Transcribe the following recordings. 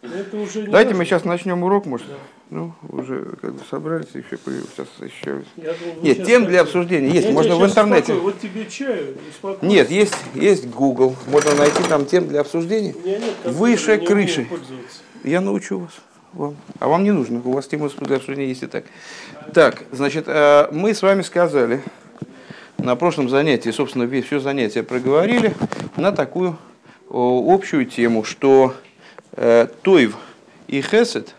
Это уже не Давайте важно. мы сейчас начнем урок, может. Да. Ну, уже как бы собрались, еще сейчас еще. Я думал, вы Нет, сейчас тем для скажете. обсуждения есть. Я Можно тебя в сейчас интернете. успокою. Вот тебе чаю, успокойся. Нет, есть Google. Можно найти там тем для обсуждения. У меня нет компьютера, Выше не умею крыши. пользоваться. Я научу вас. А вам не нужно. У вас темы для обсуждения есть и так. Так, значит, мы с вами сказали на прошлом занятии, собственно, все занятие проговорили на такую общую тему, что Тойв и Хесед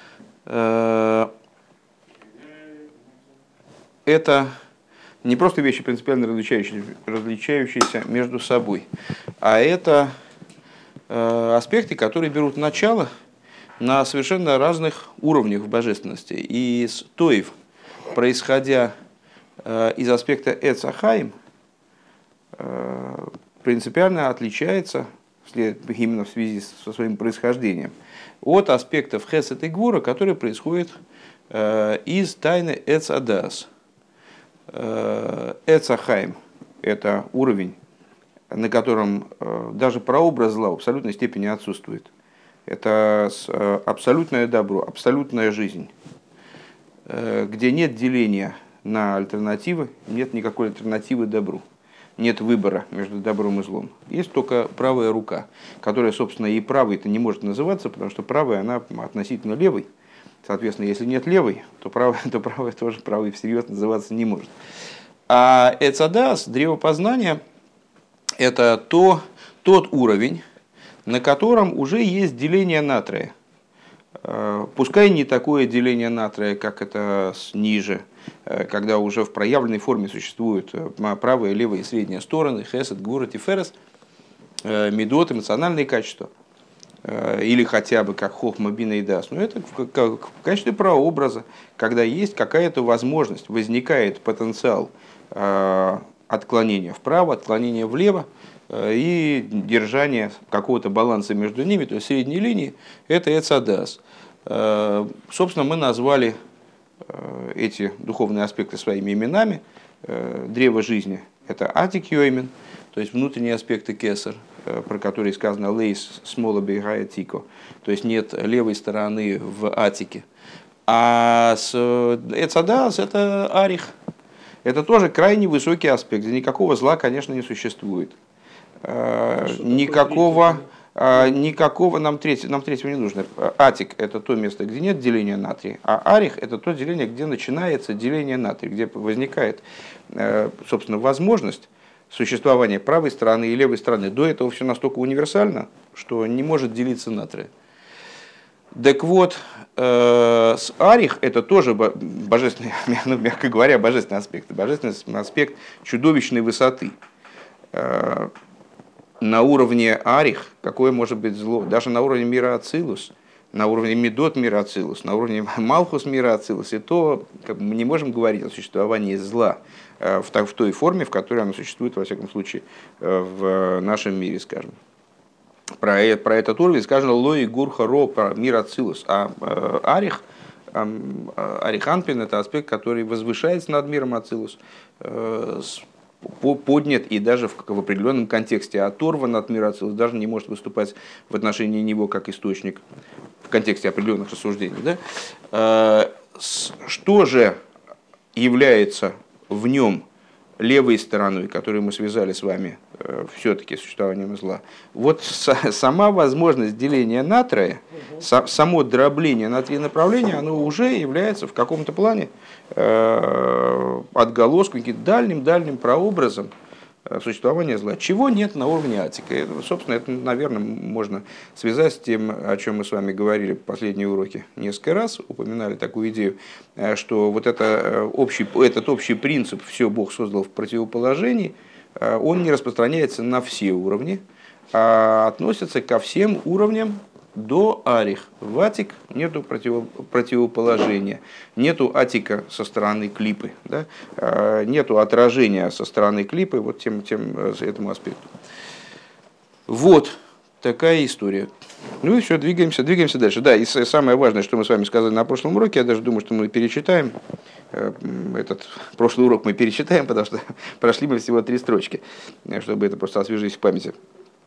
это не просто вещи принципиально различающиеся между собой, а это аспекты, которые берут начало на совершенно разных уровнях в божественности. И Тойв, происходя из аспекта Эцахаим, принципиально отличается именно в связи со своим происхождением от аспектов Хесед и Гвура, которые происходят из тайны Эцадас. Эцахаим – это уровень, на котором даже прообраз зла в абсолютной степени отсутствует. Это абсолютное добро, абсолютная жизнь, где нет деления на альтернативы, нет никакой альтернативы добру. Нет выбора между добром и злом. Есть только правая рука, которая, собственно, и правой-то не может называться, потому что правая, она относительно левой. Соответственно, если нет левой, то правая тоже правой всерьез называться не может. А Эцадас, древо познания, это тот уровень, на котором уже есть деление натрия. Пускай не такое деление натрия, как это ниже, когда уже в проявленной форме существуют правая, левая и средняя стороны, хесед, гвура, тиферес, медот, эмоциональные качества, или хотя бы как хохма, бина и дас. Но это в качестве прообраза, когда есть какая-то возможность, возникает потенциал отклонения вправо, отклонения влево, и держание какого-то баланса между ними, то есть средней линии, это эцадас. Собственно, мы назвали эти духовные аспекты своими именами. Древо жизни – это атик йоймен, то есть внутренние аспекты кесар, про которые сказано лейс смола бегая тико, то есть нет левой стороны в атике. А эцадас – это арих. Это тоже крайне высокий аспект, где никакого зла, конечно, не существует. Никакого нам третьего не нужно. Атик – это то место, где нет деления натрия, а арих – это то деление, где начинается деление натрия, где возникает, собственно, возможность существования правой стороны и левой стороны. До этого все настолько универсально, что не может делиться натрия. Так вот, с арих – это тоже божественный, мягко говоря, божественный аспект чудовищной высоты. На уровне арих, какое может быть зло, даже на уровне мира Ацилус, на уровне Медот мира Ацилус, на уровне Малхус мира Ацилус, и то мы не можем говорить о существовании зла в той форме, в которой оно существует, во всяком случае, в нашем мире, скажем. Про этот уровень сказано Лои Гурха Ро, про мир Ацилус, а арих, ариханпин – это аспект, который возвышается над миром Ацилус, поднят и даже в определенном контексте оторван от мира Ацилус, даже не может выступать в отношении него как источник в контексте определенных рассуждений. Да? Что же является в нем левой стороной, которую мы связали с вами все-таки существованием зла? Вот сама возможность деления натрия, само дробление на три направления, оно уже является в каком-то плане отголоском, дальним прообразом существования зла. Чего нет на уровне атика? Собственно, это, наверное, можно связать с тем, о чем мы с вами говорили в последние уроки несколько раз, упоминали такую идею, что вот этот общий принцип «все Бог создал в противоположении», он не распространяется на все уровни, а относится ко всем уровням до арих. В атик нету противоположения, нету атика со стороны клипы, да? Нету отражения со стороны клипы вот этому аспекту. Вот такая история. Ну и все, двигаемся дальше. Да, и самое важное, что мы с вами сказали на прошлом уроке, я даже думаю, что мы перечитаем. Этот прошлый урок мы перечитаем, потому что прошли мы всего 3 строчки, чтобы это просто освежить в памяти.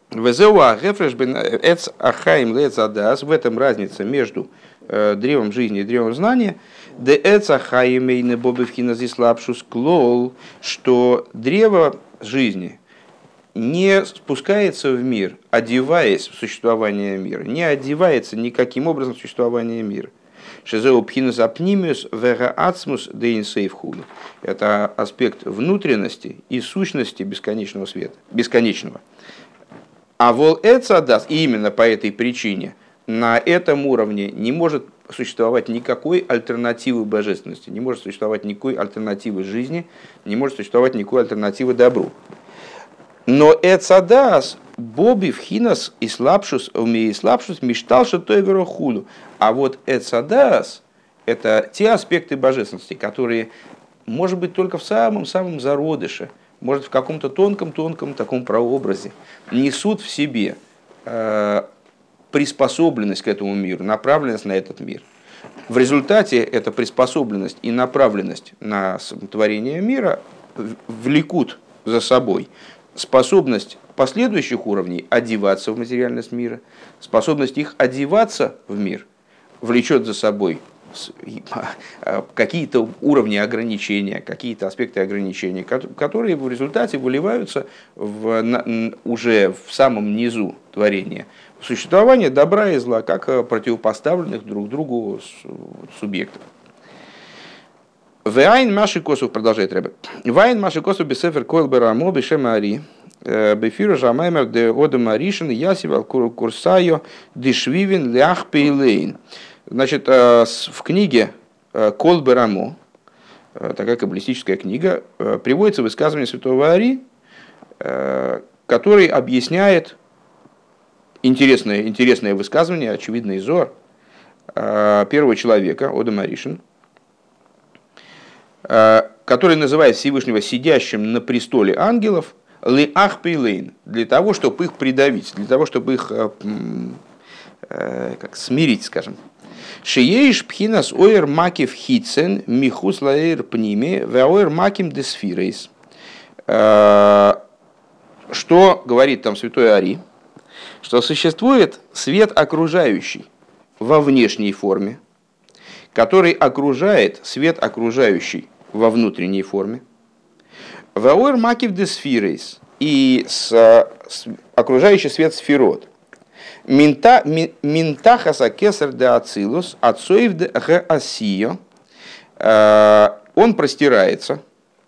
Везеуа гефреш бен эц ахаим лец адас. В этом разница между древом жизни и древом знания. Де эц ахаим и небобивхина здесь лапшус клол, что древо жизни не спускается в мир, одеваясь в существование мира, не одевается никаким образом в существование мира. Шизеу пхинус апнимиус вера ацмус дейнсейв худу. Это аспект внутренности и сущности бесконечного света, бесконечного. А вол эцадас, и именно по этой причине на этом уровне не может существовать никакой альтернативы божественности, не может существовать никакой альтернативы жизни, не может существовать никакой альтернативы добру. Но эцадас боби вхинас и слабшус мечтал, той верохуду. А вот эцадас — это те аспекты божественности, которые, может быть, только в самом-самом зародыше, может, в каком-то тонком таком прообразе, несут в себе приспособленность к этому миру, направленность на этот мир. В результате эта приспособленность и направленность на творение мира влекут за собой способность последующих уровней одеваться в материальность мира, способность их одеваться в мир влечет за собой какие-то уровни ограничения, какие-то аспекты ограничения, которые в результате выливаются уже в самом низу творения в существование добра и зла, как противопоставленных друг другу субъектов. Вайн Маши Косов продолжает Ребе. Вайн Маши Косов бесефер койл берамо бешем ари бефира жамаймер де одам аришин ясивал курсайо дешвивин лях пейлейн. Значит, в книге Кол Берамо, такая каббалистическая книга, приводится высказывание святого Ари, который объясняет интересное высказывание, очевидный зор первого человека, Одам Аришин, который называет Всевышнего сидящим на престоле ангелов, ли ахпилейн, для того, чтобы их придавить, для того, чтобы их смирить, скажем. Шиеиш пхинас оэр макив хитсен михус лаэр пниме ваоэр маким десфирейс. Что говорит там святой Ари? Что существует свет окружающий во внешней форме, который окружает свет окружающий во внутренней форме. Ваоэр макив десфирейс, и окружающий свет сферот. Минтахаса кесар де ацилус, отцоев де асио. Он простирается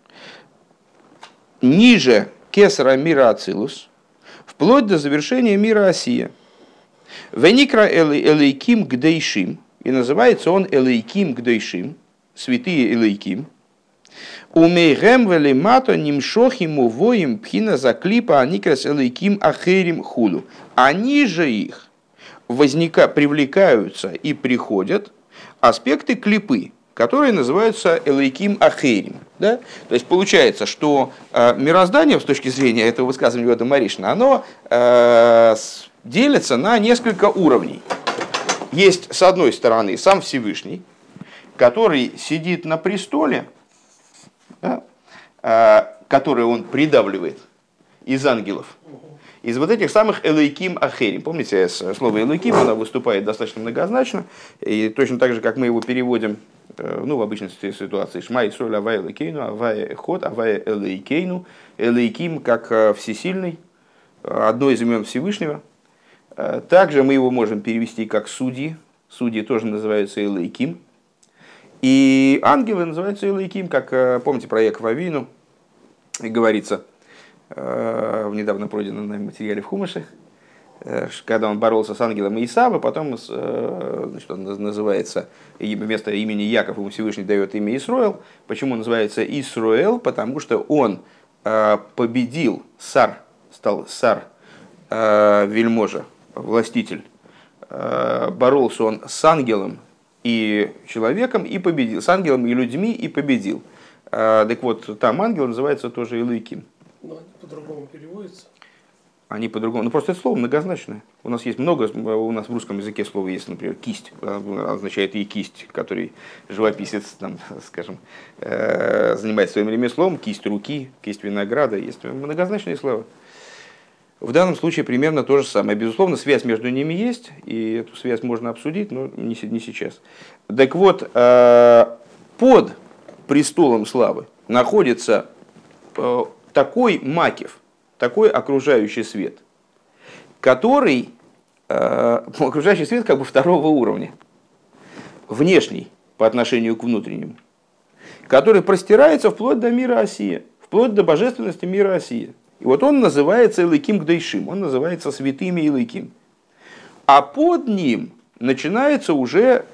ниже кесара мира ацилус, вплоть до завершения мира асия. Веникра элейким гдейшим, и называется он элейким гдейшим, святые элейким. Умейгем велимато нимшохиму воим пхина заклипа аникрас элейким ахерим худу. Они же их привлекаются и приходят аспекты клипы, которые называются элейким ахерим. Да? То есть получается, что мироздание, с точки зрения этого высказывания Одама Аришина, оно делится на несколько уровней. Есть, с одной стороны, сам Всевышний, который сидит на престоле, да, который он придавливает из ангелов. Из вот этих самых элейким ахерим. Помните, слово элейким, оно выступает достаточно многозначно. И точно так же, как мы его переводим в обычной ситуации. Шма Исроль авай элейкейну, авай эхот, авай элейкейну. Элейким как всесильный, одно из имен Всевышнего. Также мы его можем перевести как судьи. Судьи тоже называются элейким. И ангелы называются элейким, как, помните, про Якова Авину говорится в недавно пройденном нами материале в Хумаше, когда он боролся с ангелом Исава, потом значит, он называется, вместо имени Яков ему Всевышний дает имя Исроэл. Почему он называется Исроэл? Потому что он победил, стал сар, вельможа, властитель. Боролся он с ангелом и человеком и победил, с ангелом и людьми и победил. Так вот, там ангел называется тоже Элейким. Но они по-другому переводятся. Они по-другому. Просто это слово многозначное. У нас есть много, у нас в русском языке слово есть, например, кисть, означает и кисть, который живописец, там, скажем, занимается своим ремеслом, кисть руки, кисть винограда. Есть многозначные слова. В данном случае примерно то же самое. Безусловно, связь между ними есть, и эту связь можно обсудить, но не сейчас. Так вот, под престолом славы находится такой макев, такой окружающий свет, который, окружающий свет как бы второго уровня, внешний по отношению к внутреннему, который простирается вплоть до мира Осия, вплоть до божественности мира Осия. И вот он называется Элоким Гдейшим, он называется святыми Элоким. А под ним начинается уже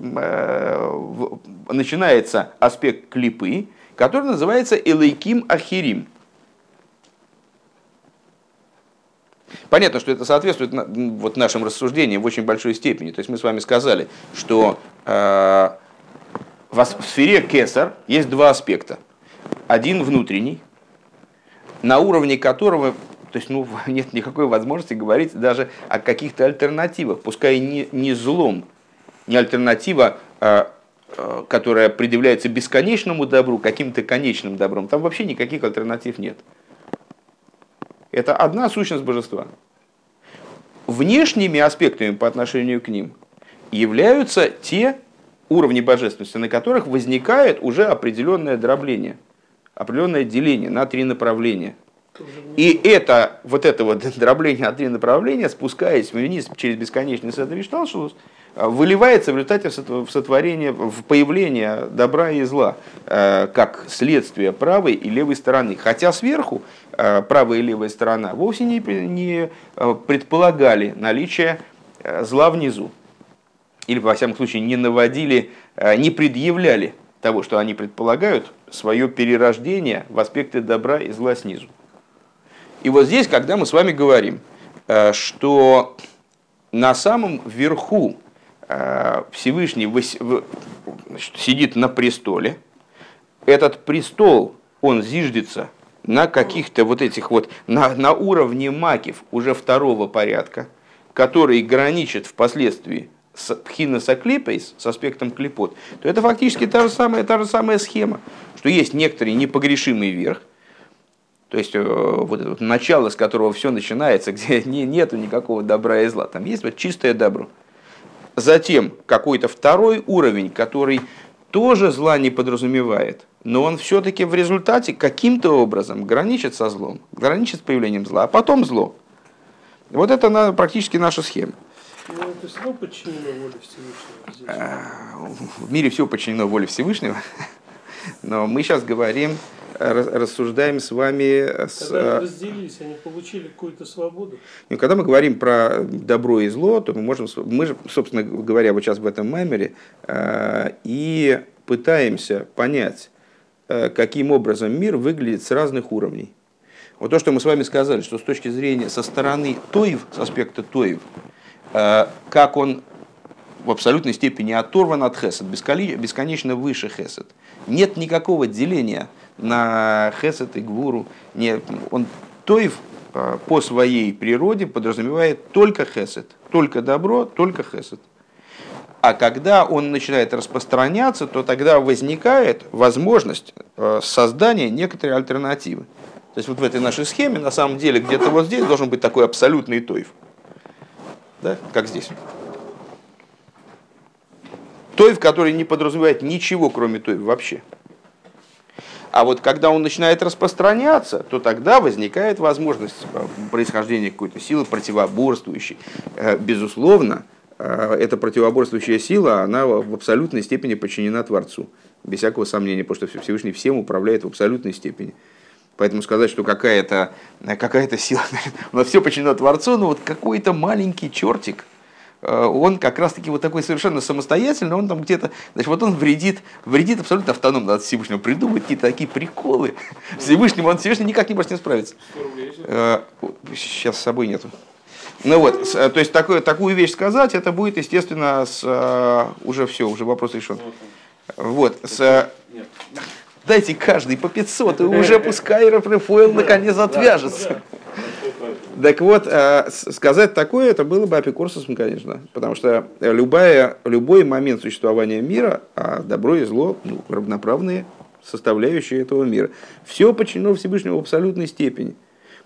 начинается аспект клипы, который называется Элоким Ахирим. Понятно, что это соответствует вот нашим рассуждениям в очень большой степени. То есть мы с вами сказали, что в сфере Кесар есть два аспекта. Один внутренний, на уровне которого, то есть, нет никакой возможности говорить даже о каких-то альтернативах, пускай не злом, не альтернатива, которая предъявляется бесконечному добру, каким-то конечным добром. Там вообще никаких альтернатив нет. Это одна сущность божества. Внешними аспектами по отношению к ним являются те уровни божественности, на которых возникает уже определенное дробление, определенное деление на три направления. И вот это дробление на три направления, спускаясь вниз через бесконечный Седер Ишталшелус, выливается в результате в сотворение, в появление добра и зла, как следствие правой и левой стороны. Хотя сверху правая и левая сторона вовсе не предполагали наличие зла внизу. Или, во всяком случае, не наводили, не предъявляли того, что они предполагают, свое перерождение в аспекты добра и зла снизу. И вот здесь, когда мы с вами говорим, что на самом верху Всевышний сидит на престоле, этот престол, он зиждется на каких-то вот этих вот, на уровне макев уже второго порядка, который граничит впоследствии с пхинасаклипейс, с аспектом клипот, то это фактически та же самая схема, что есть некоторый непогрешимый верх, то есть вот это вот начало, с которого все начинается, где нету никакого добра и зла, там есть вот чистое добро. Затем какой-то второй уровень, который тоже зла не подразумевает, но он все-таки в результате каким-то образом граничит со злом, граничит с появлением зла, а потом зло. Вот это практически наша схема. Ну, это все равно подчинено воле Всевышнего. В мире все подчинено воле Всевышнего, но мы сейчас говорим, рассуждаем с вами... Когда они разделились, они получили какую-то свободу. И когда мы говорим про добро и зло, то мы же, собственно говоря, вот сейчас в этом маймере и пытаемся понять, каким образом мир выглядит с разных уровней. Вот то, что мы с вами сказали, что с точки зрения со стороны тоев, с аспекта тоев, как он в абсолютной степени оторван от хесед, бесконечно выше хесед. Нет никакого деления на хесед и гвуру. Нет, он тоев по своей природе подразумевает только хесед, только добро, только хесед. А когда он начинает распространяться, то тогда возникает возможность создания некоторой альтернативы. То есть вот в этой нашей схеме на самом деле где-то вот здесь должен быть такой абсолютный тоев. Да? Как здесь. Тоев, который не подразумевает ничего, кроме тоев вообще. А вот когда он начинает распространяться, то тогда возникает возможность происхождения какой-то силы противоборствующей. Безусловно, эта противоборствующая сила, она в абсолютной степени подчинена Творцу. Без всякого сомнения, потому что Всевышний всем управляет в абсолютной степени. Поэтому сказать, что какая-то сила, у нас все подчинено Творцу, но вот какой-то маленький чертик, он как раз-таки вот такой совершенно самостоятельный, он там где-то, значит, вот он вредит абсолютно автономно от Всевышнего, придумывает какие-то такие приколы. Всевышний никак не может с ним справиться. Сейчас с собой нету. Ну вот, то есть такую вещь сказать, это будет, естественно, уже все, уже вопрос решен. Вот, дайте каждый по 500, и уже пускай Рафаэль наконец отвяжется. Так вот, сказать такое, это было бы апикорсусом, конечно, потому что любой момент существования мира, а добро и зло, равноправные составляющие этого мира, все подчинено Всевышнему в абсолютной степени.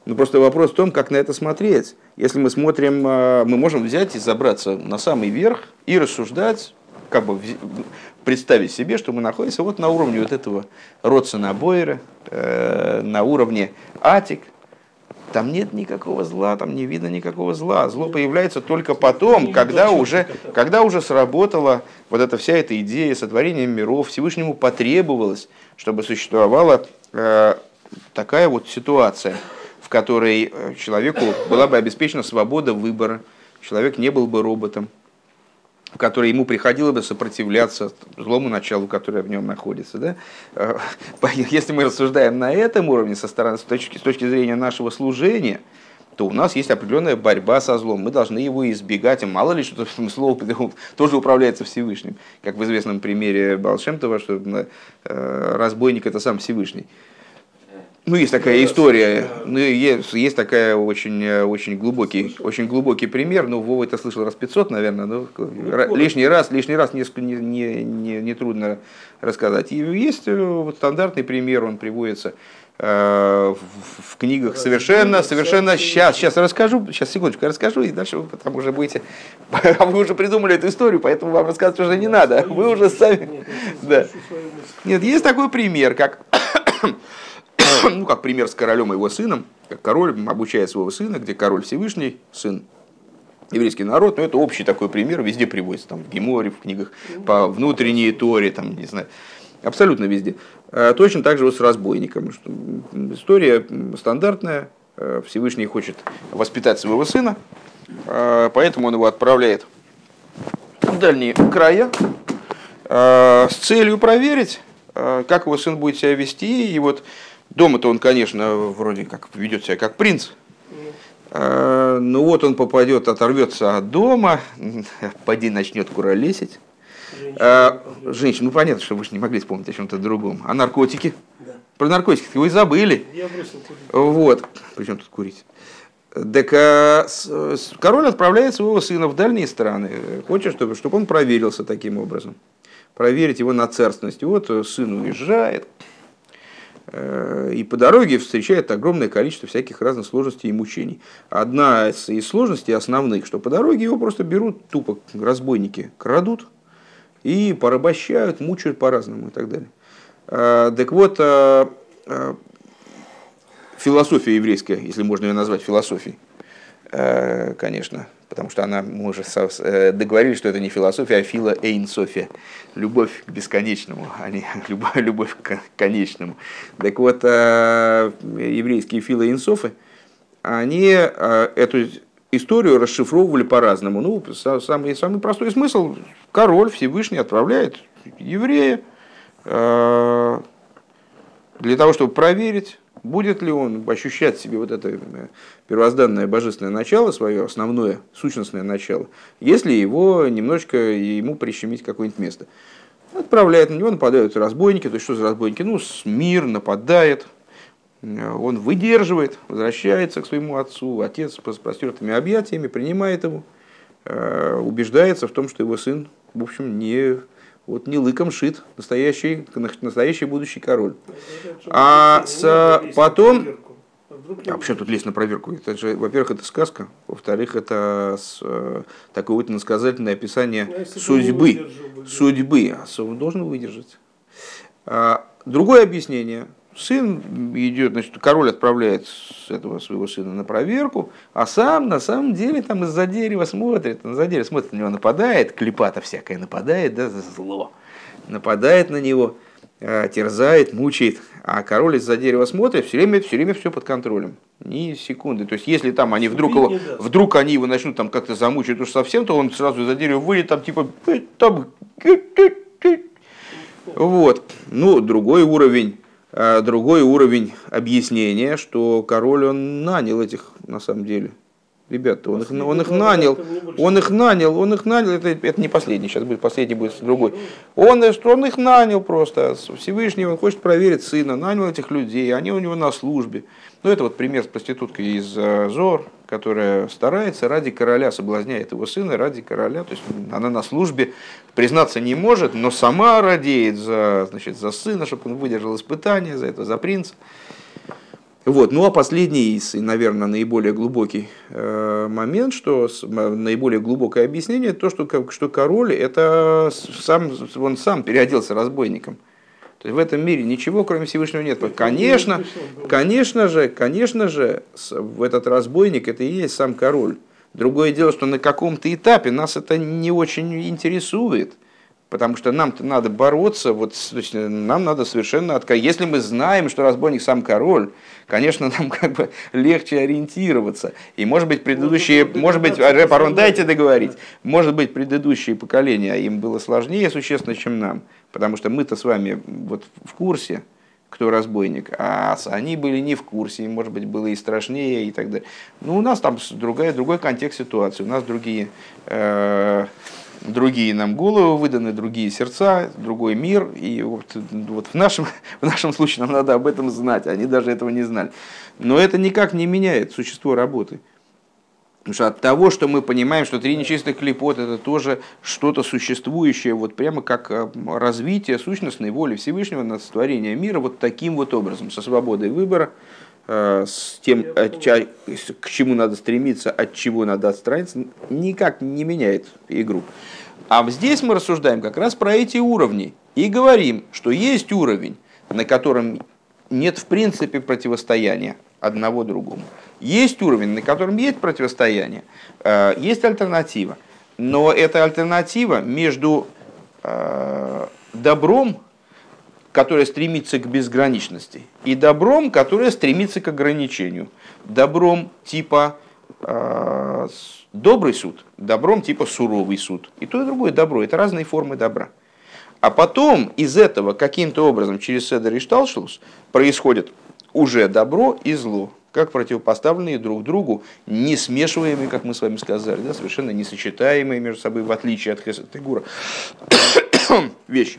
Ну, просто вопрос в том, как на это смотреть. Если мы смотрим, мы можем взять и забраться на самый верх и рассуждать, как бы представить себе, что мы находимся вот на уровне вот этого Родсона Бойера, на уровне Атик. Там нет никакого зла, там не видно никакого зла. Зло появляется только потом, когда уже сработала вот эта вся эта идея сотворения миров. Всевышнему потребовалось, чтобы существовала такая вот ситуация, в которой человеку была бы обеспечена свобода выбора, человек не был бы роботом, в которой ему приходило бы сопротивляться злому началу, которое в нем находится. Да? Если мы рассуждаем на этом уровне, с точки зрения нашего служения, то у нас есть определенная борьба со злом. Мы должны его избегать. И мало ли, что слово тоже управляется Всевышним. Как в известном примере Баал Шем Това, что разбойник – это сам Всевышний. Ну, есть такая история, ну, есть такая очень глубокий пример. Ну, Вова это слышал раз 500, наверное, но лишний раз не трудно рассказать. И есть вот стандартный пример, он приводится в книгах совершенно. Сейчас расскажу, секундочку, расскажу, и дальше вы там уже будете. Вы уже придумали эту историю, поэтому вам рассказывать уже не надо. Вы уже сами. Нет, есть такой пример, как пример с королем и его сыном, как король обучает своего сына, где король Всевышний, сын еврейский народ, но это общий такой пример, везде приводится, там, в Геморе, в книгах по внутренней Торе, там, не знаю, абсолютно везде. Точно так же вот с разбойником. История стандартная, Всевышний хочет воспитать своего сына, поэтому он его отправляет в дальние края с целью проверить, как его сын будет себя вести, и вот дома-то он, конечно, вроде как ведет себя как принц. Но вот он попадет, оторвется от дома, поди начнет куролесить. Женщина, ну понятно, что вы же не могли вспомнить о чем-то другом. А наркотики? Да. Про наркотики вы забыли. Я бросил курить. Вот. Причем тут курить? Так король отправляет своего сына в дальние страны. Хочет, чтобы он проверился таким образом. Проверить его на царственность. И вот сын уезжает. И по дороге встречает огромное количество всяких разных сложностей и мучений. Одна из сложностей основных, что по дороге его просто берут тупо разбойники, крадут и порабощают, мучают по-разному и так далее. Так вот, философия еврейская, если можно ее назвать философией, конечно, потому что мы уже договорились, что это не философия, а филоэйнсофия. Любовь к бесконечному, а не любовь к конечному. Так вот, еврейские филоэйнсофы, они эту историю расшифровывали по-разному. Ну, самый простой смысл: король Всевышний отправляет еврея для того, чтобы проверить, будет ли он ощущать в себе вот это первозданное божественное начало, свое основное сущностное начало, если его немножечко ему прищемить какое-нибудь место. Отправляет на него, нападают разбойники. То есть что за разбойники? Ну, мир нападает, он выдерживает, возвращается к своему отцу, отец с простертыми объятиями принимает его, убеждается в том, что его сын, в общем, не лыком шит, настоящий будущий король. Потом... А почему тут лезть на проверку? Это же, во-первых, это сказка, во-вторых, это такое вот иносказательное описание судьбы. Он должен выдержать. Другое объяснение. Сын идет, значит, король отправляет этого своего сына на проверку, а сам на самом деле там из-за дерева смотрит, на него, нападает, клепата всякая нападает, да, зло, нападает на него, терзает, мучает, а король из-за дерева смотрит, все время все под контролем, ни секунды. То есть если там они вдруг они его начнут там как-то замучить уж совсем, то он сразу из-за дерева выйдет, там типа вот. Ну, другой уровень объяснения, что король, он нанял этих, на самом деле, ребята, он их нанял, это не последний, сейчас будет последний, будет другой. Он их нанял просто, Всевышний, он хочет проверить сына, нанял этих людей, они у него на службе. Ну, это вот пример с проституткой из Зор, которая старается ради короля, соблазняет его сына ради короля, то есть она на службе признаться не может, но сама радеет за сына, чтобы он выдержал испытания, за принца. Вот. Ну а последний, наверное, наиболее глубокий момент, что наиболее глубокое объяснение, то, что король это он сам переоделся разбойником. То есть в этом мире ничего, кроме Всевышнего, нет. Конечно же, этот разбойник это и есть сам король. Другое дело, что на каком-то этапе нас это не очень интересует. Потому что нам-то надо бороться, нам надо совершенно отказать. Если мы знаем, что разбойник сам король, конечно, нам как бы легче ориентироваться. И может быть предыдущие, дайте договорить, может быть предыдущие поколения, им было сложнее существенно, чем нам. Потому что мы-то с вами вот в курсе, кто разбойник, а они были не в курсе, им, может быть, было и страшнее и так далее. Ну, у нас там другой контекст ситуации, у нас другие нам головы выданы, другие сердца, другой мир. И вот в нашем случае нам надо об этом знать. Они даже этого не знали. Но это никак не меняет существо работы. Потому что от того, что мы понимаем, что 3 нечистых клипот это тоже что-то существующее, вот прямо как развитие сущностной воли Всевышнего над сотворением мира, вот таким вот образом, со свободой выбора, с тем, к чему надо стремиться, от чего надо отстраниться, никак не меняет игру. А здесь мы рассуждаем как раз про эти уровни и говорим, что есть уровень, на котором нет в принципе противостояния одного другому. Есть уровень, на котором есть противостояние, есть альтернатива. Но эта альтернатива между добром, которое стремится к безграничности, и добром, которое стремится к ограничению. Добром типа добрый суд, добром типа суровый суд. И то, и другое добро. Это разные формы добра. А потом из этого каким-то образом через Седер и Шталшус происходит уже добро и зло, как противопоставленные друг другу, не смешиваемые, как мы с вами сказали, да, совершенно несочетаемые между собой, в отличие от Хесед и Гура, вещи.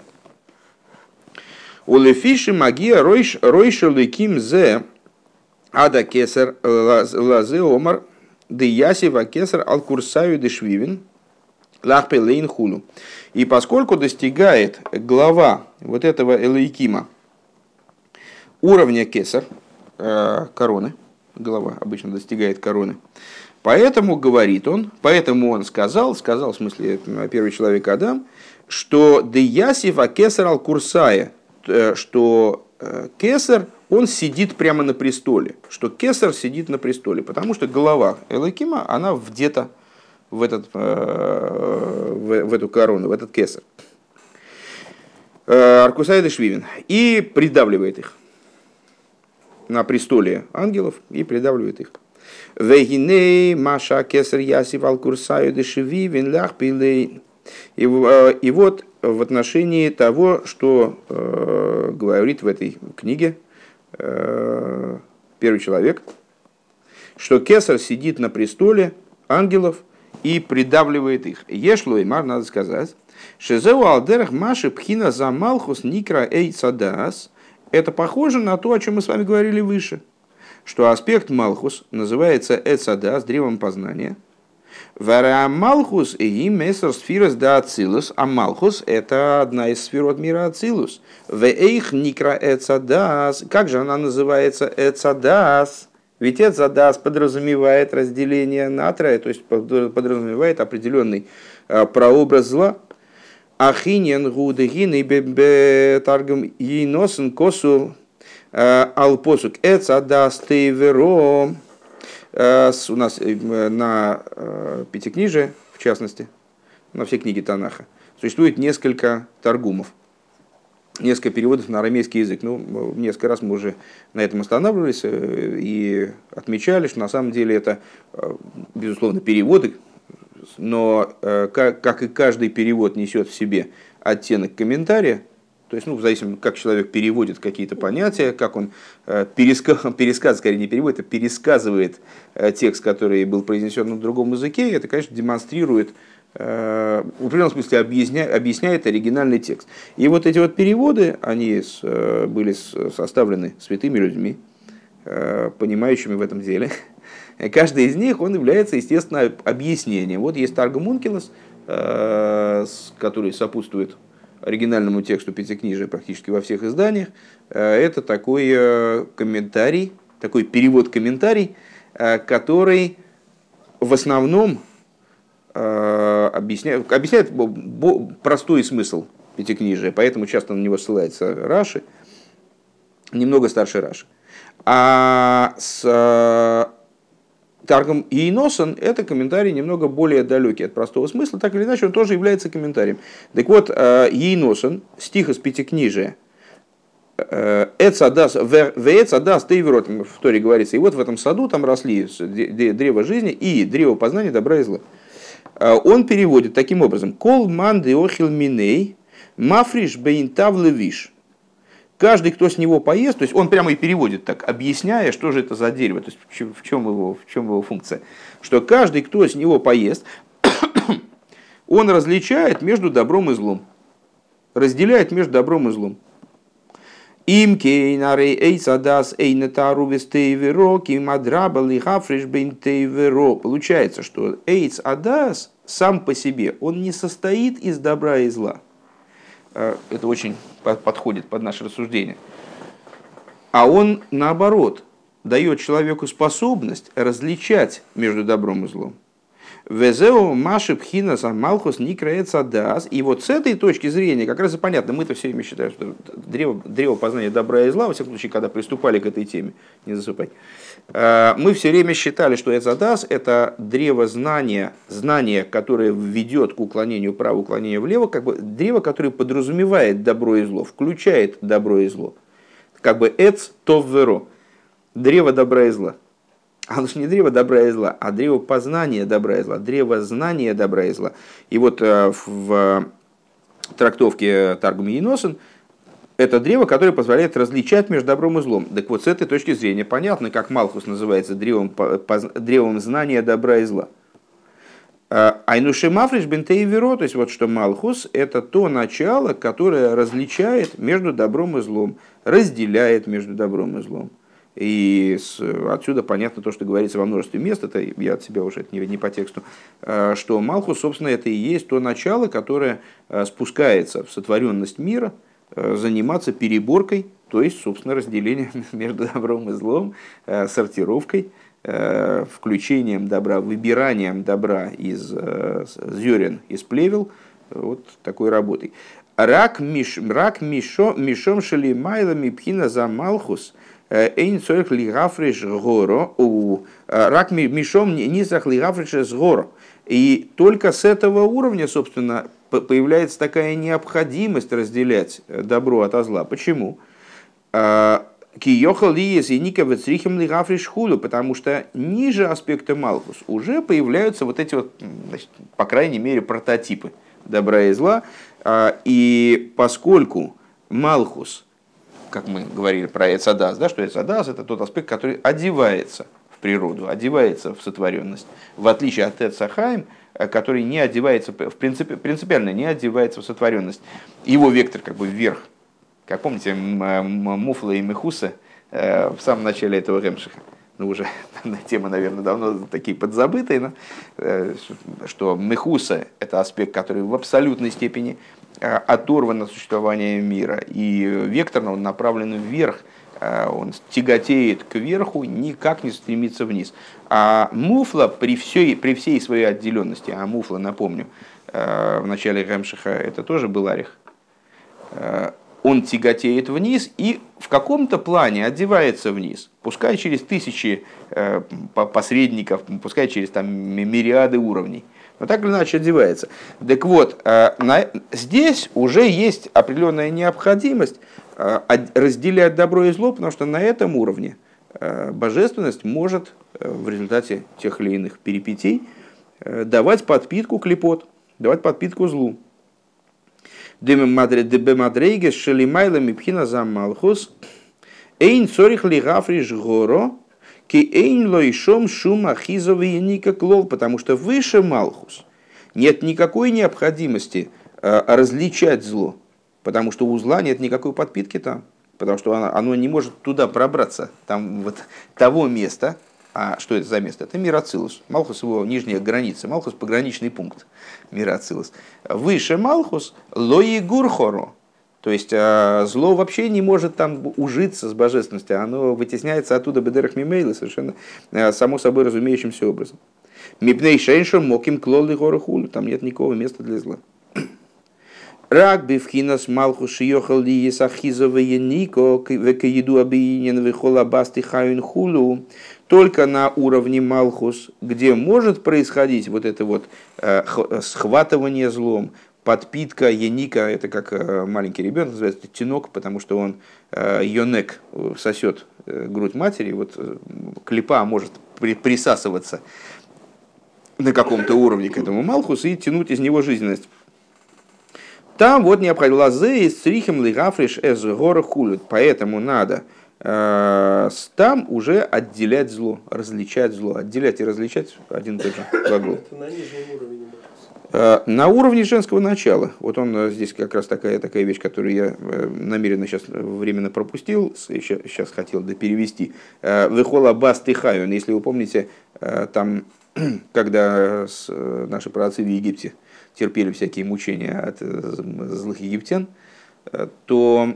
Улефиши магия ройша леким зе ада кесар лазе омар де ясива кесар ал курсаю де швивин лахпе лейн хулу. И поскольку достигает глава вот этого элейкима уровня кесар, короны, голова обычно достигает короны, поэтому говорит он, поэтому он сказал в смысле первый человек Адам, что де ясива кесар ал курсая, что кесар, он сидит прямо на престоле, что кесар сидит на престоле, потому что голова элокима, она вдета в эту корону, в этот кесар. Аркусайда Швивин. И придавливает их на престоле ангелов и придавливает их. Вегиней маша кесар ясив алкурсайда Швивин ляхпилей. И вот в отношении того, что говорит в этой книге первый человек, что кесар сидит на престоле ангелов и придавливает их. Ешло и мар, надо сказать, шезеу алдерах маши пхина за малхус никра эй цадас. Это похоже на то, о чем мы с вами говорили выше, что аспект малхус называется эцадас, древом познания. Вара малхус и мессер сфирос да ацилус, а малхус это одна из сферот мира ацилус. Вэйх никра эцадас. Как же она называется эцадас? Ведь эцадас подразумевает разделение на трое, то есть подразумевает определенный прообраз зла. Ахинен гудегин и бетаргам и носен косу алпосук эцадас тейверо. У нас на Пятикнижие, в частности, на все книги Танаха, существует несколько таргумов, несколько переводов на арамейский язык. Ну, несколько раз мы уже на этом останавливались и отмечали, что на самом деле это, безусловно, переводы, но как и каждый перевод несет в себе оттенок комментария. То есть, в зависимости, как человек переводит какие-то понятия, как он пересказывает, скорее не переводит, а пересказывает текст, который был произнесен на другом языке, это, конечно, демонстрирует, в определенном смысле объясняет оригинальный текст. И вот эти вот переводы, они были составлены святыми людьми, понимающими в этом деле. Каждый из них, он является, естественно, объяснением. Вот есть Таргум Ункилос, который сопутствует оригинальному тексту Пятикнижия практически во всех изданиях. Это такой комментарий такой перевод-комментарий, который в основном объясняет простой смысл пятикнижия, поэтому часто на него ссылается Раши, немного старше Раши. А с Таргум Йейносон это комментарий немного более далекий от простого смысла, так или иначе он тоже является комментарием. Так вот, Йейносон, стих из пятикнижия, «Эц адас тейверот», в Торе говорится, и вот в этом саду там росли древо жизни и древо познания добра и зла. Он переводит таким образом: «Кол ман де охил миней, мафриш бейнтав левиш». Каждый, кто с него поест, то есть он прямо и переводит так, объясняя, что же это за дерево, то есть в чем его функция, что каждый, кто с него поест, он различает между добром и злом, разделяет между добром и злом. Им кейнарей эйсадас эйнетару вестейверо кимадрабал и хафриш бейнтейверо. Получается, что эйсадас сам по себе, он не состоит из добра и зла. Это очень подходит под наше рассуждение. А он, наоборот, дает человеку способность различать между добром и злом. Везео маши пхина самалхус никраец адас. И вот с этой точки зрения, как раз и понятно, мы-то все время считаем, что древо познания добра и зла, во всяком случае, когда приступали к этой теме, не засыпать, мы все время считали, что эцадас — это древо знания, которое ведет к уклонению вправо, уклонению влево, как бы древо, которое подразумевает добро и зло, включает добро и зло. Как бы эц тов веро, древо добра и зла. Оно же не древо добра и зла, а древо познания добра и зла, древо знания добра и зла. И вот в трактовке Таргум Йейносон это древо, которое позволяет различать между добром и злом. Так вот, с этой точки зрения понятно, как Малхус называется древом знания добра и зла. Айнуши мафриш бентей веро, то есть вот что Малхус — это то начало, которое различает между добром и злом, разделяет между добром и злом. И отсюда понятно то, что говорится во множестве мест, это я от себя уже не по тексту, что Малхус, собственно, это и есть то начало, которое спускается в сотворенность мира, заниматься переборкой, то есть, собственно, разделением между добром и злом, сортировкой, включением добра, выбиранием добра из зерен, из плевел, вот такой работой. Рак мишом шели майлами пхина за Малхус, эйн цорих лигафриш горо, рак мишом низах лигафриш горо. И только с этого уровня, собственно, появляется такая необходимость разделять добро от зла. Почему? Потому что ниже аспекта Малхус уже появляются вот эти вот, значит, по крайней мере, прототипы добра и зла. И поскольку Малхус, как мы говорили про Эцадас, да, что Эцадас — это тот аспект, который одевается в природу, одевается в сотворенность, в отличие от Эцахаим, который не одевается, в принципе, принципиально не одевается в сотворенность. Его вектор как бы вверх. Как помните, Муфла и Мехуса в самом начале этого Ремшиха, ну уже тема, наверное, давно такие подзабытые, но, что Мехуса — это аспект, который в абсолютной степени оторван от существования мира, и векторно он направлен вверх, он тяготеет кверху, никак не стремится вниз. А Муфла при всей своей отделенности, а Муфла, напомню, в начале Ремшиха это тоже был Арих, он тяготеет вниз и в каком-то плане одевается вниз, пускай через тысячи посредников, пускай через там мириады уровней, но так или иначе одевается. Так вот, здесь уже есть определенная необходимость разделять добро и зло, потому что на этом уровне божественность может в результате тех или иных перипетий давать подпитку клепот, давать подпитку злу. Дебемадрейгес шелимайлами пхина за Малхус эйн цорих лигафриш горо ки эйн лойшом шума хизовый никак лол, потому что выше Малхус нет никакой необходимости различать зло, потому что у зла нет никакой подпитки там, потому что оно не может туда пробраться, там вот того места. А что это за место? Это мир Ацилус. Малхус — его нижняя граница. Малхус — пограничный пункт мира Ацилус. Выше Малхус — лои гурхоро. То есть зло вообще не может там ужиться с божественностью, оно вытесняется оттуда бедерах мимейла совершенно само собой разумеющимся образом. Мипней шейншер моким клолы горы хулю, там нет никакого места для зла. Рак бифхинас малху шиёхал ли есахизова янико векаеду абиинен вихола басти хаюн хулу. Только на уровне малхус, где может происходить вот это вот схватывание злом, подпитка яника, это как маленький ребенок называется, тинок, потому что он йонек сосет грудь матери, вот клипа может присасываться на каком-то уровне к этому малхусу и тянуть из него жизненность. Там вот необходимо лазы из црихим лигафриш эс гора хулют, поэтому надо там уже отделять зло, различать зло. Отделять и различать один и тот же глагол. Это на нижнем уровне. На уровне женского начала. Вот он здесь как раз такая вещь, которую я намеренно сейчас временно пропустил, сейчас хотел перевести. Вехола бас тихаюн. Если вы помните, там, когда наши праотцы в Египте терпели всякие мучения от злых египтян, то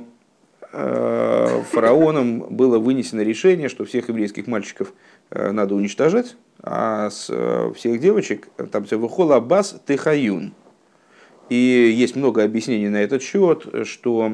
фараоном было вынесено решение, что всех еврейских мальчиков надо уничтожать, а всех девочек там «Вехол Аббас Техаюн». И есть много объяснений на этот счет, что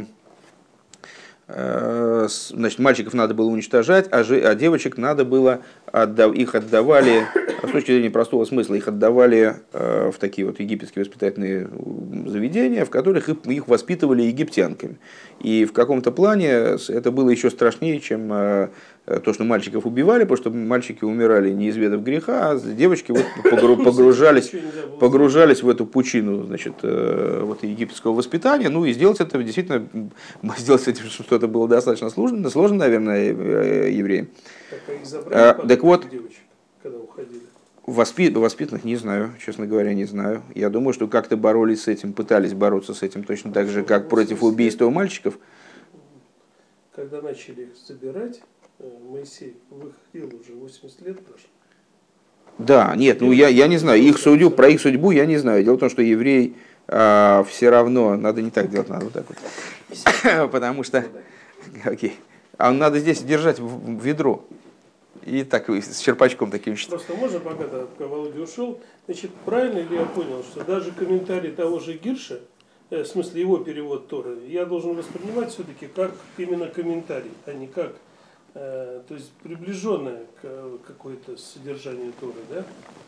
значит, мальчиков надо было уничтожать, а девочек надо было, их отдавали, с точки зрения простого смысла, их отдавали в такие вот египетские воспитательные заведения, в которых их воспитывали египтянками. И в каком-то плане это было еще страшнее, чем то, что мальчиков убивали, потому что мальчики умирали, не изведав греха, а девочки вот погружались в эту пучину, значит, вот, египетского воспитания. Ну и сделать это действительно, что это было достаточно сложно, наверное, евреям. Так вот, девочек, когда уходили? Воспитанных не знаю, честно говоря, не знаю. Я думаю, что как-то боролись с этим, пытались бороться с этим точно так же, как против убийства мальчиков. Когда начали их забирать, Моисей выходил, уже 80 лет прошло. Да, нет, ну я не знаю, про их судьбу я не знаю. Дело в том, что еврей все равно, надо не так делать, надо вот так вот. Потому что, окей, а надо здесь держать в ведро. И так с черпачком таким. Просто можно, пока Володя ушел, значит, правильно ли я понял, что даже комментарий того же Гирша, в смысле его перевод Торы, я должен воспринимать все-таки как именно комментарий, а не как, то есть приближенное к какое-то содержанию Торы, да?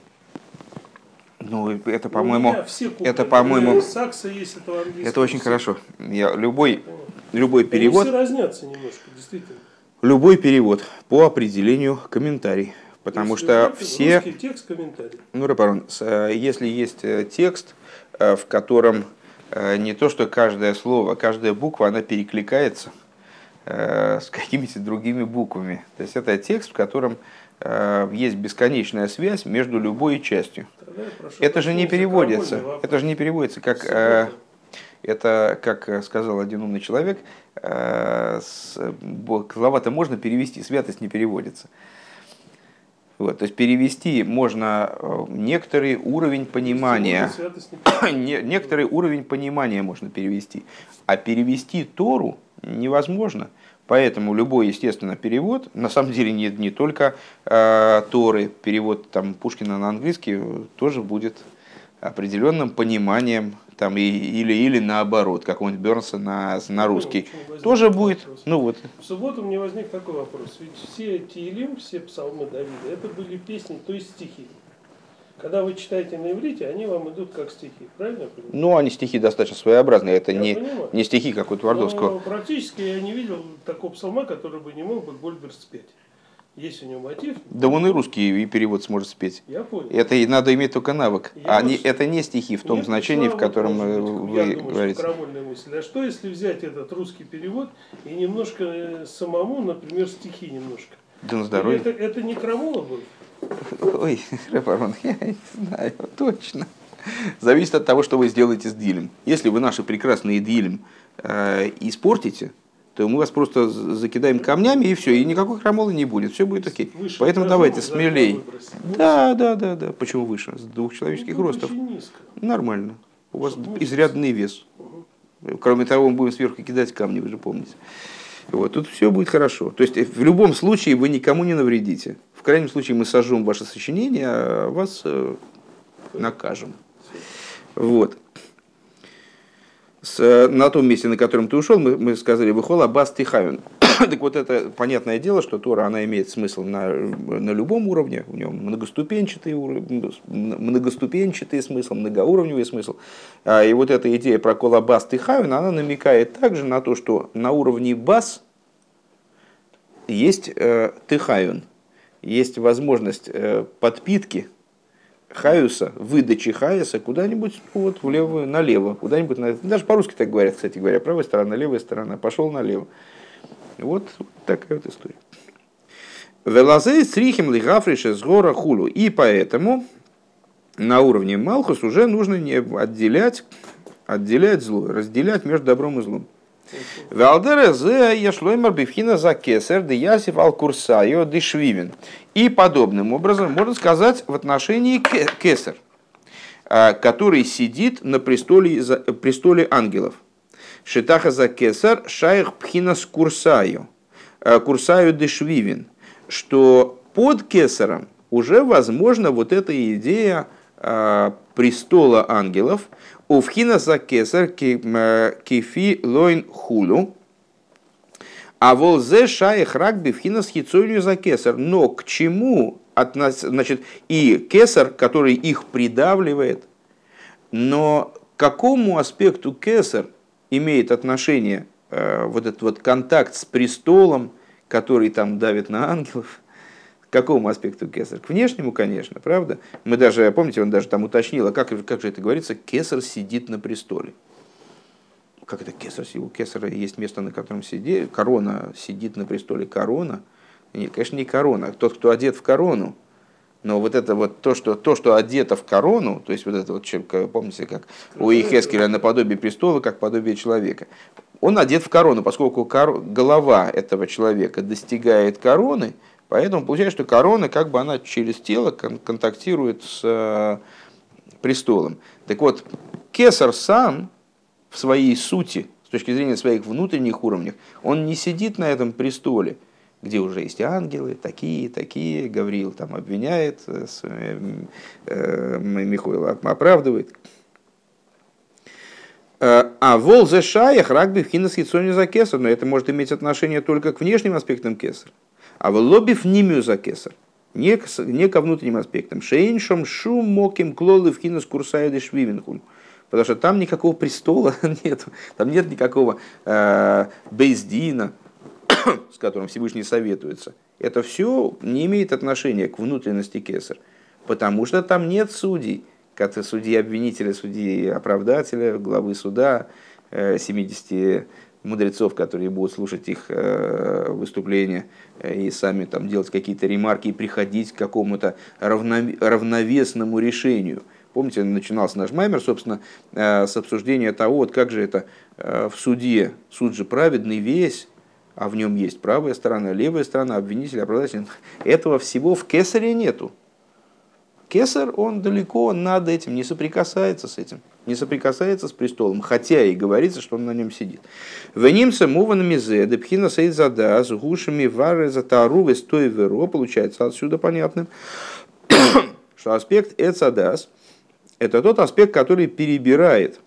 Ну, это, по-моему, Сакса есть этого английского. Это очень хорошо. Любой перевод. Они все разнятся немножко, действительно. Любой перевод по определению комментарий. Потому что все... Русский текст, комментарий. Ну, Рапарон, если есть текст, в котором не то, что каждое слово, каждая буква, она перекликается с какими-то другими буквами. То есть это текст, в котором есть бесконечная связь между любой частью. Это же не переводится. Это же не переводится как... Это, как сказал один умный человек, слова-то можно перевести, святость не переводится. Вот, то есть перевести можно некоторый уровень понимания, некоторый уровень понимания можно перевести, а перевести Тору невозможно. Поэтому любой, естественно, перевод, на самом деле не только Торы, перевод там, Пушкина на английский тоже будет определенным пониманием, там, или наоборот, какого-нибудь Бернса на русский. Тоже будет. Ну, вот. В субботу мне возник такой вопрос. Ведь все Тиилим, все псалмы Давида, это были песни, то есть стихи. Когда вы читаете на иврите, они вам идут как стихи, правильно я понимаю? Ну, они стихи достаточно своеобразные, это не стихи, как у Твардовского. Но практически я не видел такого псалма, который бы не мог бы Гольдберг спеть. Есть у него мотив. Да он и русский, и перевод сможет спеть. Я понял. Это надо иметь только навык. Это не стихи в том значении, в котором вы говорите. Крамольная мысль. А что, если взять этот русский перевод и немножко самому, например, стихи немножко? Да на здоровье. Это не крамола был? Ой, Рапарон, я не знаю, точно. Зависит от того, что вы сделаете с дилем. Если вы наши прекрасные дилем испортите, то мы вас просто закидаем камнями и все, и никакой крамолы не будет, все будет окей. Поэтому давайте смелей. Да. Почему выше? С двух человеческих ростов. Очень низко. Нормально. У вас изрядный вес. Кроме того, мы будем сверху кидать камни, вы же помните. Вот, тут все будет хорошо. То есть в любом случае вы никому не навредите. В крайнем случае мы сожжем ваше сочинение, а вас накажем. Вот. На том месте, на котором ты ушел, мы сказали «Выхол Аббас Тихавин». Так вот, это понятное дело, что Тора, она имеет смысл на любом уровне, у нее многоступенчатый смысл, многоуровневый смысл. И вот эта идея про «Кол Аббас Тихавин», она намекает также на то, что на уровне бас есть Тихавин, есть возможность подпитки хаюса, выдачи хаюса куда-нибудь вот влево, налево, куда-нибудь, даже по-русски так говорят, кстати говоря, правая сторона, левая сторона, пошел налево. Вот такая вот история. Велазей срихим лигафрише с гора хулу. И поэтому на уровне Малхус уже нужно не отделять зло, разделять между добром и злом. И подобным образом можно сказать в отношении кесар, который сидит на престоле ангелов. Шитаха за кесар шайх пхинас курсаю дешвивин, что под кесаром уже возможна вот эта идея престола ангелов. Увхина за кесар кефи лойн хулу, а волзе шайх рагби вхинас хицойню за кесар. Но к чему значит, и кесар, который их придавливает, но к какому аспекту кесар имеет отношение вот этот вот контакт с престолом, который там давит на ангелов? К какому аспекту кесар? К внешнему, конечно, правда? Мы даже, помните, он даже там уточнил, а как же это говорится, кесар сидит на престоле. Как это кесар? У кесара есть место, на котором сидит, корона сидит на престоле, корона? Нет, конечно, не корона, тот, кто одет в корону. Но вот это вот то, что одето в корону, то есть вот это вот, помните, как у Иехескеля наподобие престола, как подобие человека. Он одет в корону, поскольку голова этого человека достигает короны, поэтому получается, что корона, как бы она через тело контактирует с престолом. Так вот, кесар сам в своей сути, с точки зрения своих внутренних уровней, он не сидит на этом престоле, где уже есть ангелы, такие, Гавриил там обвиняет, Михаил оправдывает. А вол зе шаях рагби в хинас хитсони за кесар, но это может иметь отношение только к внешним аспектам кесар. А в лобби нимию за кесар, не ко внутренним аспектам. Шейншом шум моким клолы в хинас курсайды швивенхуль. Потому что там никакого престола нет, там нет никакого бейздина, с которым Всевышний советуется. Это все не имеет отношения к внутренности кесар, потому что там нет судей, как судьи-обвинителя, судьи-оправдателя, главы суда, 70 мудрецов, которые будут слушать их выступления и сами там делать какие-то ремарки и приходить к какому-то равновесному решению. Помните, начинался наш маймер, собственно, с обсуждения того, вот как же это в суде, суд же праведный весь, а в нем есть правая сторона, левая сторона, обвинитель, оправдатель. Этого всего в кесаре нету. Кесар, он далеко над этим, не соприкасается с этим, не соприкасается с престолом, хотя и говорится, что он на нем сидит. Венимся муванами зе, депхина сейд зада, с гушами вары за тару вестой веро, получается отсюда понятным, что аспект эцадас – это тот аспект, который перебирает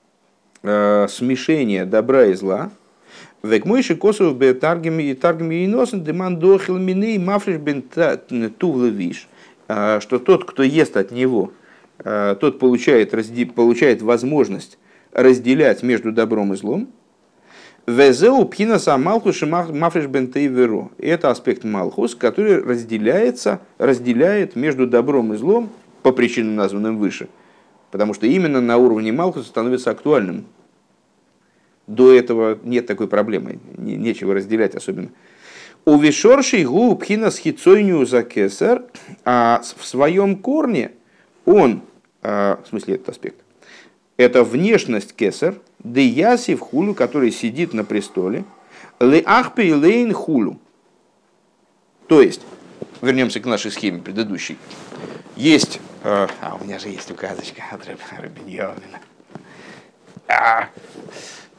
смешение добра и зла. Век мойши косов бе таргами и носен деман дохил мины мафриш бен тувлевиш, что тот, кто ест от него, тот получает возможность разделять между добром и злом. Везеу пхинаса малхус мафриш бен тейверо. Это аспект малхус, который разделяет между добром и злом по причинам, названным выше. Потому что именно на уровне малхуса становится актуальным. До этого нет такой проблемы, нечего разделять особенно. У вишорший гу пхина схицойню за кесар, а в своем корне он, в смысле этот аспект, это внешность кесар, де яси в хулю, который сидит на престоле, ле ахпи лейн хулю. То есть, вернемся к нашей схеме предыдущей. Есть, у меня же есть указочка от Рабби Йовина.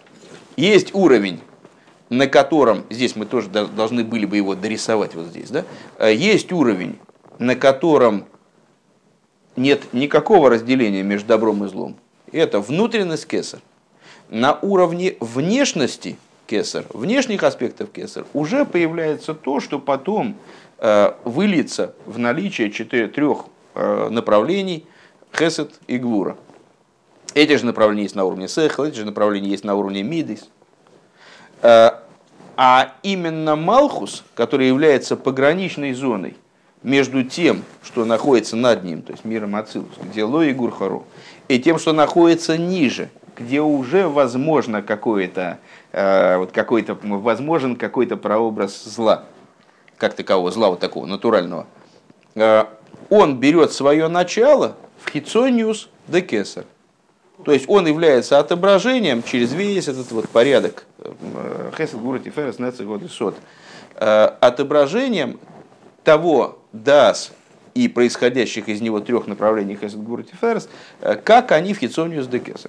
Есть уровень, на котором, здесь мы тоже должны были бы его дорисовать вот здесь, да? Есть уровень, на котором нет никакого разделения между добром и злом. Это внутренность кесар. На уровне внешности кесар, внешних аспектов кесар, уже появляется то, что потом выльется в наличие трех направлений хесед и гвура. Эти же направления есть на уровне сехл, эти же направления есть на уровне мидис. А именно Малхус, который является пограничной зоной между тем, что находится над ним, то есть миром Ацилус, где Ло и Гурхару, и тем, что находится ниже, где уже возможно возможен какой-то прообраз зла, как такового, зла вот такого натурального, он берет свое начало в хицониус де кесар. То есть он является отображением через весь этот вот порядок хесед, гвура, тиферес, нецах, год и сот, отображением того дас и происходящих из него трех направлений хесед, гвура, тиферес, как они в хицониус де кесар.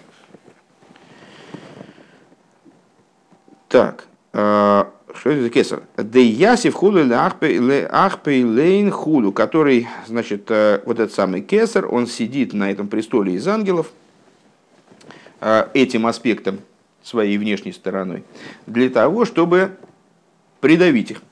Так, что это за кесар? Де ясив хулу ахпей лейн хулу, который, значит, вот этот самый кесар, он сидит на этом престоле из ангелов, этим аспектом своей внешней стороной, для того, чтобы придавить их.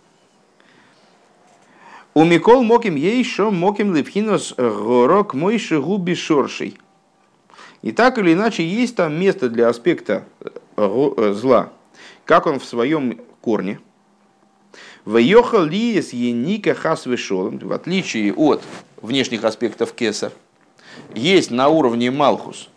У Микол моким ейшо моким левхинос горок мойши губи шоршей. И так или иначе есть там место для аспекта зла, как он в своем корне. Вайохал лиес еника хас вешолом, в отличие от внешних аспектов кесар, есть на уровне малхус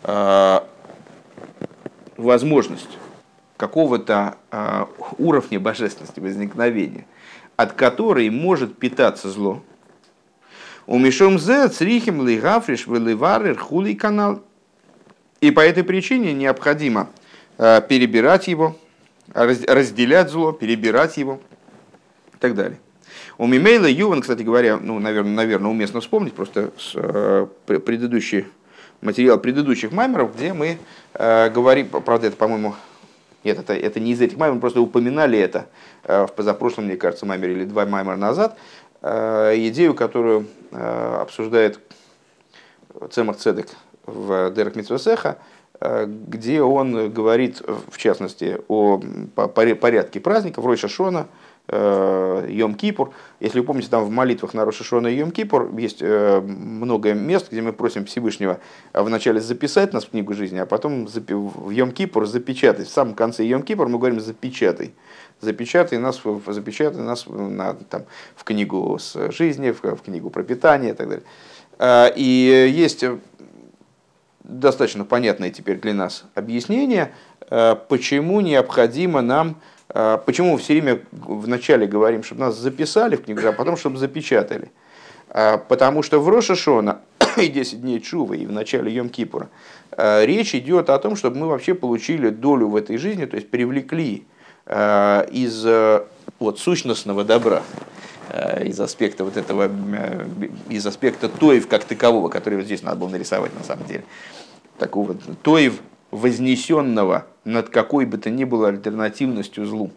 возможность какого-то уровня божественности, возникновения, от которой может питаться зло. У мишом зе црихим лигафриш веливарер хулей канал. И по этой причине необходимо перебирать его, разделять зло, перебирать его и так далее. У Мимейла Юван, кстати говоря, наверное, уместно вспомнить просто предыдущий материал предыдущих маймеров, где мы говорим, правда, это, по-моему, нет, это не из этих маймеров, мы просто упоминали это в позапрошлом, мне кажется, маймере или два маймера назад, идею, которую обсуждает Цемах Цедек в Дерах Мицвот Сеха, где он говорит, в частности, о порядке праздников Рош ха-Шана, Йом-Кипур. Если вы помните, там в молитвах на Рош ха-Шана и Йом-Кипур есть много мест, где мы просим Всевышнего вначале записать нас в книгу жизни, а потом в Йом-Кипур запечатать. В самом конце Йом-Кипур мы говорим «запечатай». Запечатай нас в книгу с жизни, в книгу про питание и так далее. И есть достаточно понятное теперь для нас объяснение, почему необходимо нам, почему мы все время вначале говорим, чтобы нас записали в книгу, а потом, чтобы запечатали. Потому что в Рош ха-Шана и 10 дней Тшувы, и в начале Йом-Кипура речь идет о том, чтобы мы вообще получили долю в этой жизни, то есть привлекли из сущностного добра, из аспекта вот этого, из аспекта тоев как такового, который вот здесь надо было нарисовать на самом деле, такого тоев вознесенного над какой бы то ни было альтернативностью злу,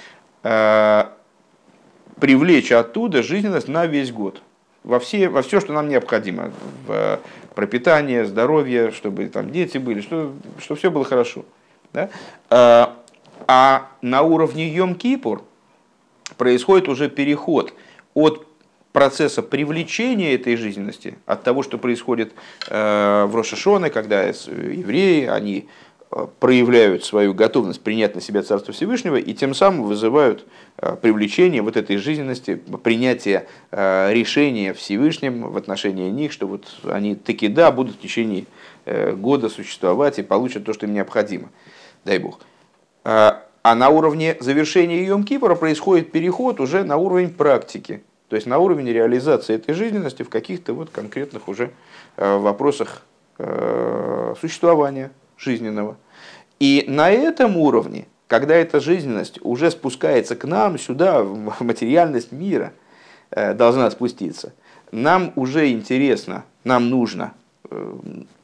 привлечь оттуда жизненность на весь год, во все, что нам необходимо, в пропитание, здоровье, чтобы там дети были, что все было хорошо. Да? А на уровне Йом-Кипур происходит уже переход от процесса привлечения этой жизненности, от того, что происходит в Рош ха-Шана, когда евреи, они проявляют свою готовность принять на себя Царство Всевышнего и тем самым вызывают привлечение вот этой жизненности, принятие решения Всевышним в отношении них, что вот они таки да будут в течение года существовать и получат то, что им необходимо. Дай Бог. А на уровне завершения Йом-Кипура происходит переход уже на уровень практики, то есть на уровень реализации этой жизненности в каких-то вот конкретных уже вопросах существования жизненного. И на этом уровне, когда эта жизненность уже спускается к нам, сюда, в материальность мира, должна спуститься, нам уже интересно, нам нужно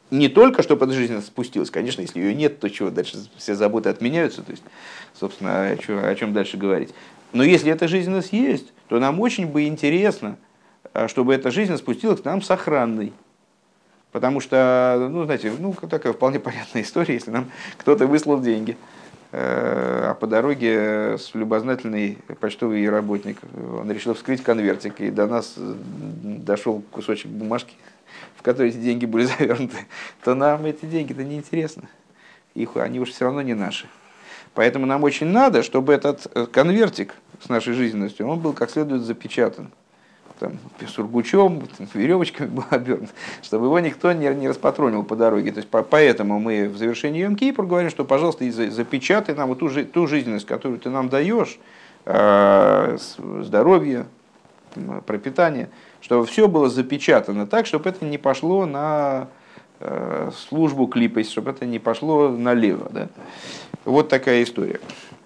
не только, чтобы эта жизненность спустилась, конечно, если ее нет, то чего дальше, все заботы отменяются, то есть, собственно, о чем дальше говорить. Но если эта жизненность есть, то нам очень бы интересно, чтобы эта жизненность спустилась к нам сохранной. Потому что, ну, знаете, ну, такая вполне понятная история, если нам кто-то выслал деньги, а по дороге любознательный почтовый работник, он решил вскрыть конвертик, и до нас дошел кусочек бумажки, в которой эти деньги были завернуты, то нам эти деньги-то неинтересны. Они уж все равно не наши. Поэтому нам очень надо, чтобы этот конвертик с нашей жизненностью, он был как следует запечатан. Там, сургучом, веревочками был обернут, чтобы его никто не распатронил по дороге. То есть, поэтому мы в завершении Йом-Кипур говорим, что, пожалуйста, запечатай нам вот ту жизненность, которую ты нам даешь, здоровье, пропитание, чтобы все было запечатано так, чтобы это не пошло на службу клипость, чтобы это не пошло налево. Да? Вот такая история.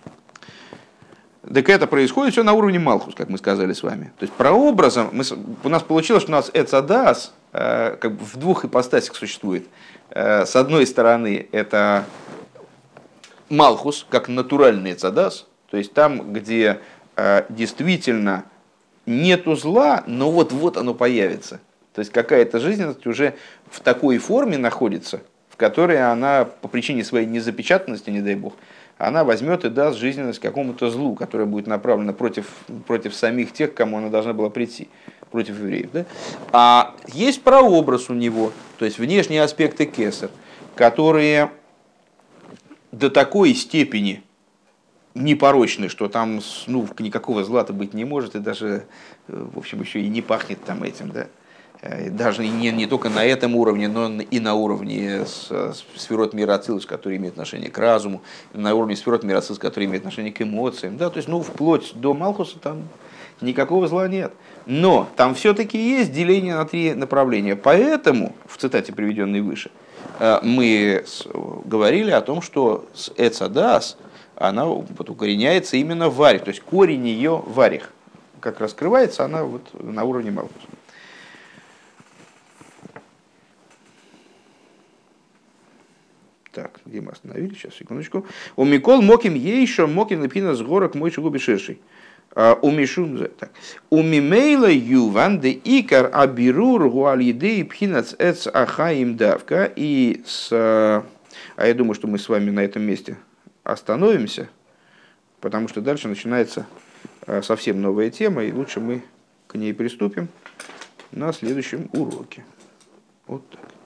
Так это происходит все на уровне Малхус, как мы сказали с вами. То есть прообразом у нас получилось, что у нас Эцадас как бы в двух ипостасях существует. С одной стороны, это Малхус, как натуральный Эцадас, то есть там, где действительно нету зла, но вот оно появится. То есть какая-то жизненность уже в такой форме находится, в которой она по причине своей незапечатанности, не дай бог, она возьмет и даст жизненность какому-то злу, которое будет направлено против самих тех, к кому она должна была прийти, против евреев. Да? А есть прообраз у него, то есть внешние аспекты кесар, которые до такой степени непорочны, что там никакого зла-то быть не может, и даже, в общем, еще и не пахнет там этим, да. Даже не только на этом уровне, но и на уровне сферот мира Ацилус, который имеет отношение к разуму, на уровне сферот мира Ацилус, который имеет отношение к эмоциям. Да? То есть, вплоть до Малхуса там никакого зла нет. Но там все-таки есть деление на три направления. Поэтому, в цитате, приведенной выше, мы говорили о том, что с Эцадас она укореняется именно в варих. То есть корень ее варих. Как раскрывается она вот на уровне Малхуса. Так, где мы остановились? Сейчас, секундочку. У Микол моким ейшо моким напина с горок мой шелуби шерший. У Мишум так. У Мимейла юван де икар абирур гуалидей пхинац эц ахаим давка. А я думаю, что мы с вами на этом месте остановимся, потому что дальше начинается совсем новая тема, и лучше мы к ней приступим на следующем уроке. Вот так.